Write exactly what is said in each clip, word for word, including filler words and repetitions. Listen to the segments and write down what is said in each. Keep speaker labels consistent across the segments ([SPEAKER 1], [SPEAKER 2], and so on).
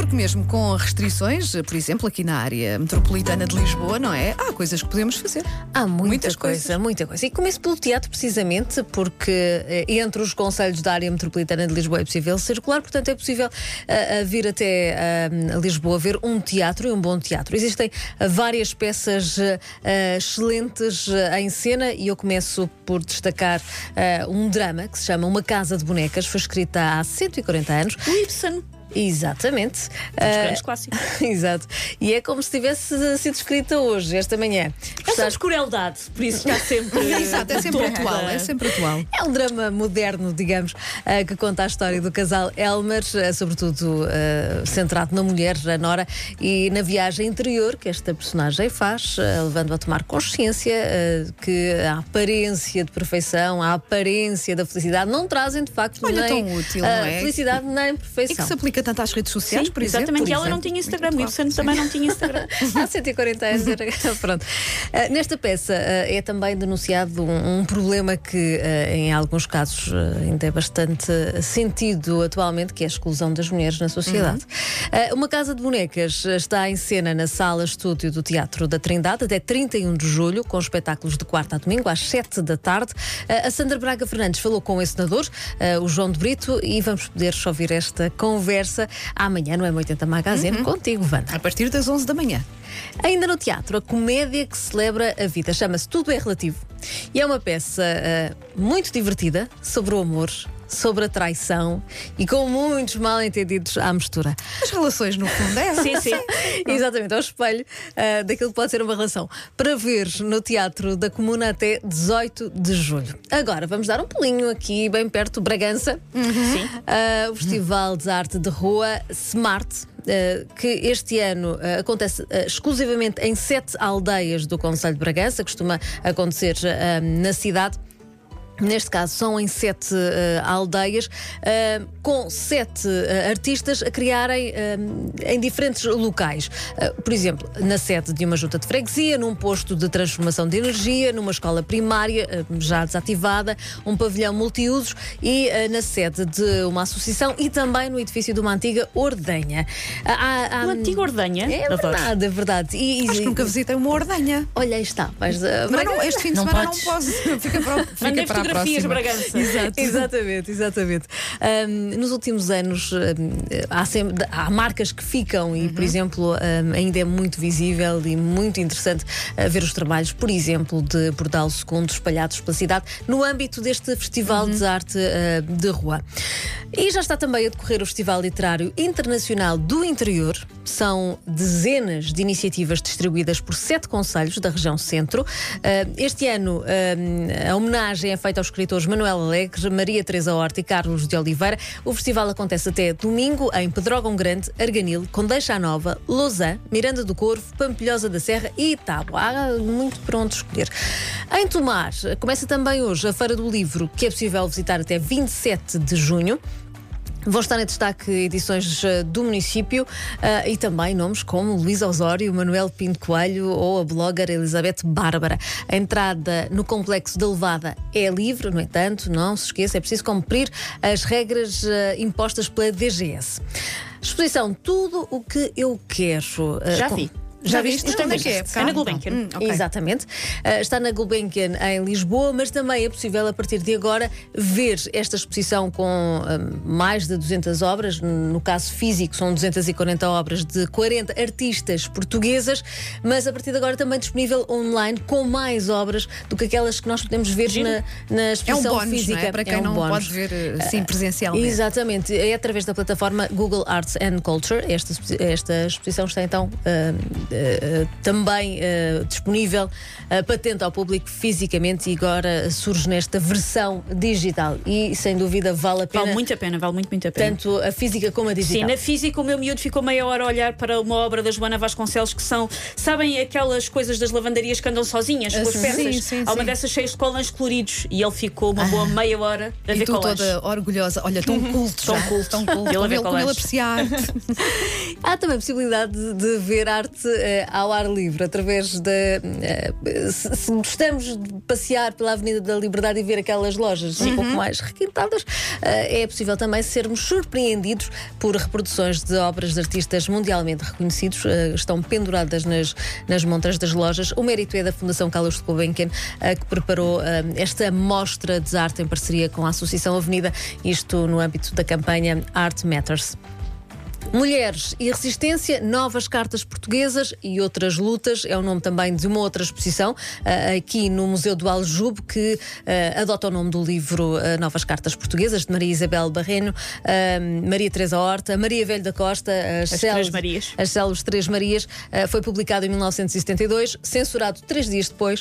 [SPEAKER 1] porque mesmo com restrições, por exemplo, aqui na área metropolitana de Lisboa, não é? Há coisas que podemos fazer.
[SPEAKER 2] Há muita
[SPEAKER 1] Muitas
[SPEAKER 2] coisa,
[SPEAKER 1] coisas.
[SPEAKER 2] muita coisa. E começo pelo teatro, precisamente, porque eh, entre os concelhos da área metropolitana de Lisboa é possível circular, portanto é possível eh, vir até eh, a Lisboa ver um teatro e um bom teatro. Existem eh, várias peças eh, eh, excelentes eh, em cena e eu começo por destacar eh, um drama que se chama Uma Casa de Bonecas, foi escrita há cento e quarenta anos.
[SPEAKER 3] O Ibsen.
[SPEAKER 2] Exatamente.
[SPEAKER 3] Dos
[SPEAKER 2] Ah,
[SPEAKER 3] grandes clássicos.
[SPEAKER 2] Exato. E é como se tivesse sido escrita hoje, esta manhã.
[SPEAKER 3] Essa crueldade, por isso está sempre.
[SPEAKER 1] Exato, é sempre
[SPEAKER 3] toda.
[SPEAKER 1] atual, é sempre atual.
[SPEAKER 2] É um drama moderno, digamos, ah, que conta a história do casal Elmer, ah, sobretudo ah, centrado na mulher, a Nora, e na viagem interior que esta personagem faz, ah, levando a tomar consciência ah, que a aparência de perfeição, a aparência da felicidade não trazem, de facto,
[SPEAKER 1] Olha,
[SPEAKER 2] nem
[SPEAKER 1] tão útil,
[SPEAKER 2] ah,
[SPEAKER 1] não é?
[SPEAKER 2] felicidade nem
[SPEAKER 1] E
[SPEAKER 2] perfeição.
[SPEAKER 1] que se aplica tanto às redes sociais,
[SPEAKER 3] Sim,
[SPEAKER 1] por exemplo.
[SPEAKER 3] exatamente.
[SPEAKER 1] por
[SPEAKER 3] E ela não
[SPEAKER 1] exemplo.
[SPEAKER 3] tinha Instagram, o
[SPEAKER 1] Muito
[SPEAKER 3] Ibsen
[SPEAKER 1] atual.
[SPEAKER 3] também não tinha Instagram.
[SPEAKER 2] Há cento e quarenta anos era. Pronto. Uh, nesta peça uh, é também denunciado um, um problema que, uh, em alguns casos, uh, ainda é bastante sentido atualmente, que é a exclusão das mulheres na sociedade. Uh, Uma Casa de Bonecas está em cena na sala estúdio do Teatro da Trindade até trinta e um de julho, com espetáculos de quarta a domingo, às sete da tarde. Uh, a Sandra Braga Fernandes falou com o encenador, uh, o João de Brito, e vamos poder ouvir esta conversa amanhã no M oitenta Magazine contigo, Wanda.
[SPEAKER 1] A partir das onze da manhã.
[SPEAKER 2] Ainda no teatro, a comédia que celebra a vida chama-se Tudo é Relativo. E é uma peça ah, muito divertida sobre o amor, sobre a traição e com muitos mal-entendidos à mistura.
[SPEAKER 1] As relações, no fundo, é.
[SPEAKER 3] Sim, sim.
[SPEAKER 2] Exatamente, ao espelho ah, daquilo que pode ser uma relação. Para ver no Teatro da Comuna até dezoito de julho. Agora, vamos dar um pulinho aqui, bem perto, Bragança.
[SPEAKER 3] Sim.
[SPEAKER 2] Ah, o Festival de Arte de Rua Smart, ah, que este ano ah, acontece ah, exclusivamente em sete aldeias do concelho de Bragança, costuma acontecer ah, na cidade. Neste caso, são em sete uh, aldeias, uh, com sete uh, artistas a criarem uh, em diferentes locais. Uh, por exemplo, na sede de uma junta de freguesia, num posto de transformação de energia, numa escola primária uh, já desativada, um pavilhão multiusos e uh, na sede de uma associação e também no edifício de uma antiga ordenha. Uh, há- há-
[SPEAKER 3] Uma antiga ordenha.
[SPEAKER 2] É
[SPEAKER 3] Adoro.
[SPEAKER 2] verdade, é verdade. E, e-
[SPEAKER 1] Acho que nunca visitei uma ordenha.
[SPEAKER 2] Olha, aí está. Vais, uh,
[SPEAKER 1] Mas não, este fim de
[SPEAKER 4] Não
[SPEAKER 1] semana
[SPEAKER 4] podes.
[SPEAKER 1] não posso. Fica para, fica
[SPEAKER 3] Mandei
[SPEAKER 1] para a
[SPEAKER 3] fotografias,
[SPEAKER 1] próxima.
[SPEAKER 3] Bragança.
[SPEAKER 1] Exato.
[SPEAKER 2] Exatamente, exatamente. Ahm, nos últimos anos ahm, há, sempre, há marcas que ficam e, por exemplo, ahm, ainda é muito visível e muito interessante ah, ver os trabalhos, por exemplo, de Portal Segundo espalhados pela cidade no âmbito deste Festival de Arte ah, de Rua. E já está também a decorrer o Festival Literário Internacional do Interior. São dezenas de iniciativas distribuídas por sete concelhos da região centro. Ah, este ano ah, a homenagem é feita aos escritores Manuel Alegre, Maria Teresa Horta e Carlos de Oliveira. O festival acontece até domingo em Pedrógão Grande, Arganil, Condeixa Nova, Lousã, Miranda do Corvo, Pampilhosa da Serra e Tábua. Há muito para onde escolher. Em Tomar, começa também hoje a Feira do Livro, que é possível visitar até vinte e sete de junho. Vão estar em destaque edições uh, do município uh, e também nomes como Luís Osório, Manuel Pinto Coelho ou a blogger Elizabeth Bárbara. A entrada no Complexo da Levada é livre, no entanto, não se esqueça, é preciso cumprir as regras uh, impostas pela D G S. Exposição Tudo o que eu quero. Uh,
[SPEAKER 3] Já
[SPEAKER 2] com-
[SPEAKER 3] vi.
[SPEAKER 2] Já
[SPEAKER 1] Já
[SPEAKER 2] viste?
[SPEAKER 1] viste? Onde é que é?
[SPEAKER 3] É na Gulbenkian.
[SPEAKER 1] Hum, ok.
[SPEAKER 2] Exatamente. Uh, está na Gulbenkian em Lisboa, mas também é possível a partir de agora ver esta exposição com uh, mais de duzentas obras. No caso físico são duzentas e quarenta obras de quarenta artistas portuguesas, mas a partir de agora também disponível online com mais obras do que aquelas que nós podemos ver
[SPEAKER 3] Giro.
[SPEAKER 2] na, na
[SPEAKER 1] É um
[SPEAKER 2] exposição
[SPEAKER 1] bónus,
[SPEAKER 2] física.
[SPEAKER 1] não é? Para quem
[SPEAKER 2] É um
[SPEAKER 1] não
[SPEAKER 2] bónus.
[SPEAKER 1] pode ver assim presencialmente.
[SPEAKER 2] Exatamente, é através da plataforma Google Arts and Culture. Esta, esta exposição está então uh, uh, também uh, disponível, uh, patente ao público fisicamente e agora surge nesta versão digital e sem dúvida vale a pena,
[SPEAKER 3] Vale muito a pena, vale muito, muito a pena.
[SPEAKER 2] tanto a física como a
[SPEAKER 3] Sim,
[SPEAKER 2] digital.
[SPEAKER 3] na física o meu miúdo ficou meia hora a olhar para uma obra da Joana Vasconcelos que são, sabem aquelas coisas das lavandarias que andam sozinhas com as
[SPEAKER 1] sim,
[SPEAKER 3] peças?
[SPEAKER 1] sim, sim,
[SPEAKER 3] Há uma
[SPEAKER 1] sim.
[SPEAKER 3] dessas cheias de colãs coloridos e ele ficou uma boa meia hora a
[SPEAKER 1] E
[SPEAKER 3] ver
[SPEAKER 1] tu
[SPEAKER 3] colãs.
[SPEAKER 1] toda orgulhosa. Olha, tão culto
[SPEAKER 3] Tão
[SPEAKER 1] já.
[SPEAKER 3] culto.
[SPEAKER 1] Tão culto.
[SPEAKER 3] Ele a
[SPEAKER 1] Como
[SPEAKER 3] ver
[SPEAKER 1] ele, como ele
[SPEAKER 3] colãs.
[SPEAKER 1] aprecia a arte.
[SPEAKER 2] Há também a possibilidade de, de ver arte eh, ao ar livre, através de. eh, se, se gostamos de passear pela Avenida da Liberdade e ver aquelas lojas um pouco mais requintadas, eh, é possível também sermos surpreendidos por reproduções de obras de artistas mundialmente reconhecidos. eh, estão penduradas nas, nas montras das lojas. O mérito é da Fundação Carlos Gulbenkian, eh, que preparou eh, esta mostra de arte em parceria com a Associação Avenida, isto no âmbito da campanha Art Matters. Mulheres e Resistência, Novas Cartas Portuguesas e Outras Lutas, é o nome também de uma outra exposição uh, aqui no Museu do Aljube, que uh, adota o nome do livro uh, Novas Cartas Portuguesas, de Maria Isabel Barreno, uh, Maria Teresa Horta, Maria Velho da Costa, as,
[SPEAKER 3] As
[SPEAKER 2] células,
[SPEAKER 3] Três Marias.
[SPEAKER 2] As Células Três Marias. Uh, foi publicado em mil novecentos e setenta e dois, censurado três dias depois, uh,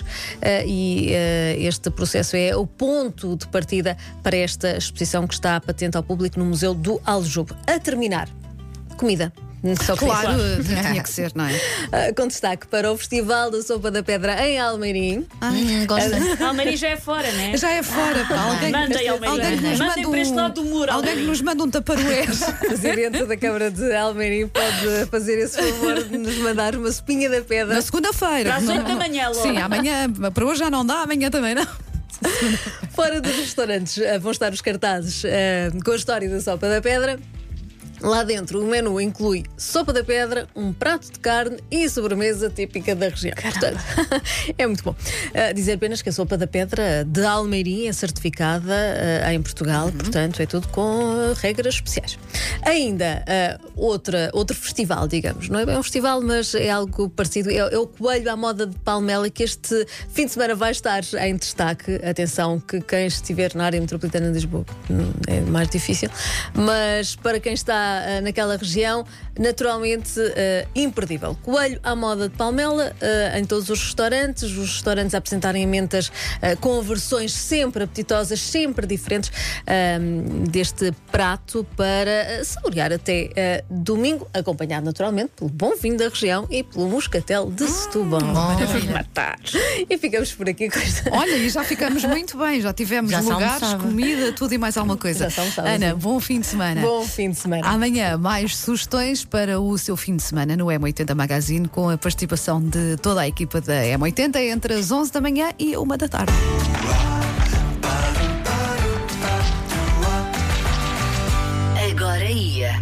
[SPEAKER 2] e uh, este processo é o ponto de partida para esta exposição que está patente ao público no Museu do Aljube. A terminar, comida. Só que
[SPEAKER 1] Claro, tinha que ser, não é?
[SPEAKER 2] Uh, com destaque para o Festival da Sopa da Pedra em Almeirim.
[SPEAKER 1] Ai, gosto.
[SPEAKER 3] A Almeirim já é fora, né?
[SPEAKER 1] Já é fora, pá. Alguém,
[SPEAKER 3] Mandem, Almeida.
[SPEAKER 1] alguém que nos
[SPEAKER 3] Mandem
[SPEAKER 1] manda
[SPEAKER 3] para este
[SPEAKER 1] um,
[SPEAKER 3] lado do muro,
[SPEAKER 1] alguém que
[SPEAKER 3] Almeida.
[SPEAKER 1] nos manda um taparoé.
[SPEAKER 2] O Presidente da Câmara de Almeirim pode fazer esse favor de nos mandar uma sopinha da pedra.
[SPEAKER 1] Na segunda-feira.
[SPEAKER 3] Às oito da manhã, logo.
[SPEAKER 1] Sim, amanhã. Para hoje já não dá, amanhã também não.
[SPEAKER 2] Fora dos restaurantes uh, vão estar os cartazes uh, com a história da Sopa da Pedra. Lá dentro, o menu inclui sopa da pedra, um prato de carne e sobremesa típica da região. Portanto, é muito bom. Uh, dizer apenas que a sopa da pedra de Almeirim é certificada uh, em Portugal, portanto, é tudo com uh, regras especiais. Ainda uh, outra, outro festival, digamos. Não é bem um festival, mas é algo parecido. É, é o Coelho à Moda de Palmela, que este fim de semana vai estar em destaque. Atenção, que quem estiver na área metropolitana de Lisboa hum, é mais difícil, mas para quem está naquela região, naturalmente uh, imperdível. Coelho à Moda de Palmela, uh, em todos os restaurantes, os restaurantes a apresentarem emendas uh, com versões sempre apetitosas, sempre diferentes uh, deste prato para uh, saborear até uh, domingo, acompanhado naturalmente pelo bom vinho da região e pelo moscatel de Setúbal.
[SPEAKER 3] Maravilha. Matar.
[SPEAKER 2] E ficamos por aqui com esta.
[SPEAKER 1] Olha, e já ficamos muito bem, já tivemos
[SPEAKER 4] Já se
[SPEAKER 1] lugares,
[SPEAKER 4] almoçava.
[SPEAKER 1] comida, tudo e mais alguma coisa.
[SPEAKER 2] Já se almoçava,
[SPEAKER 1] Ana,
[SPEAKER 2] sim.
[SPEAKER 1] bom fim de semana.
[SPEAKER 2] Bom fim de semana.
[SPEAKER 1] Amanhã, mais sugestões para o seu fim de semana no M oitenta Magazine, com a participação de toda a equipa da M oitenta entre as onze da manhã e uma da tarde.
[SPEAKER 5] Agora ia.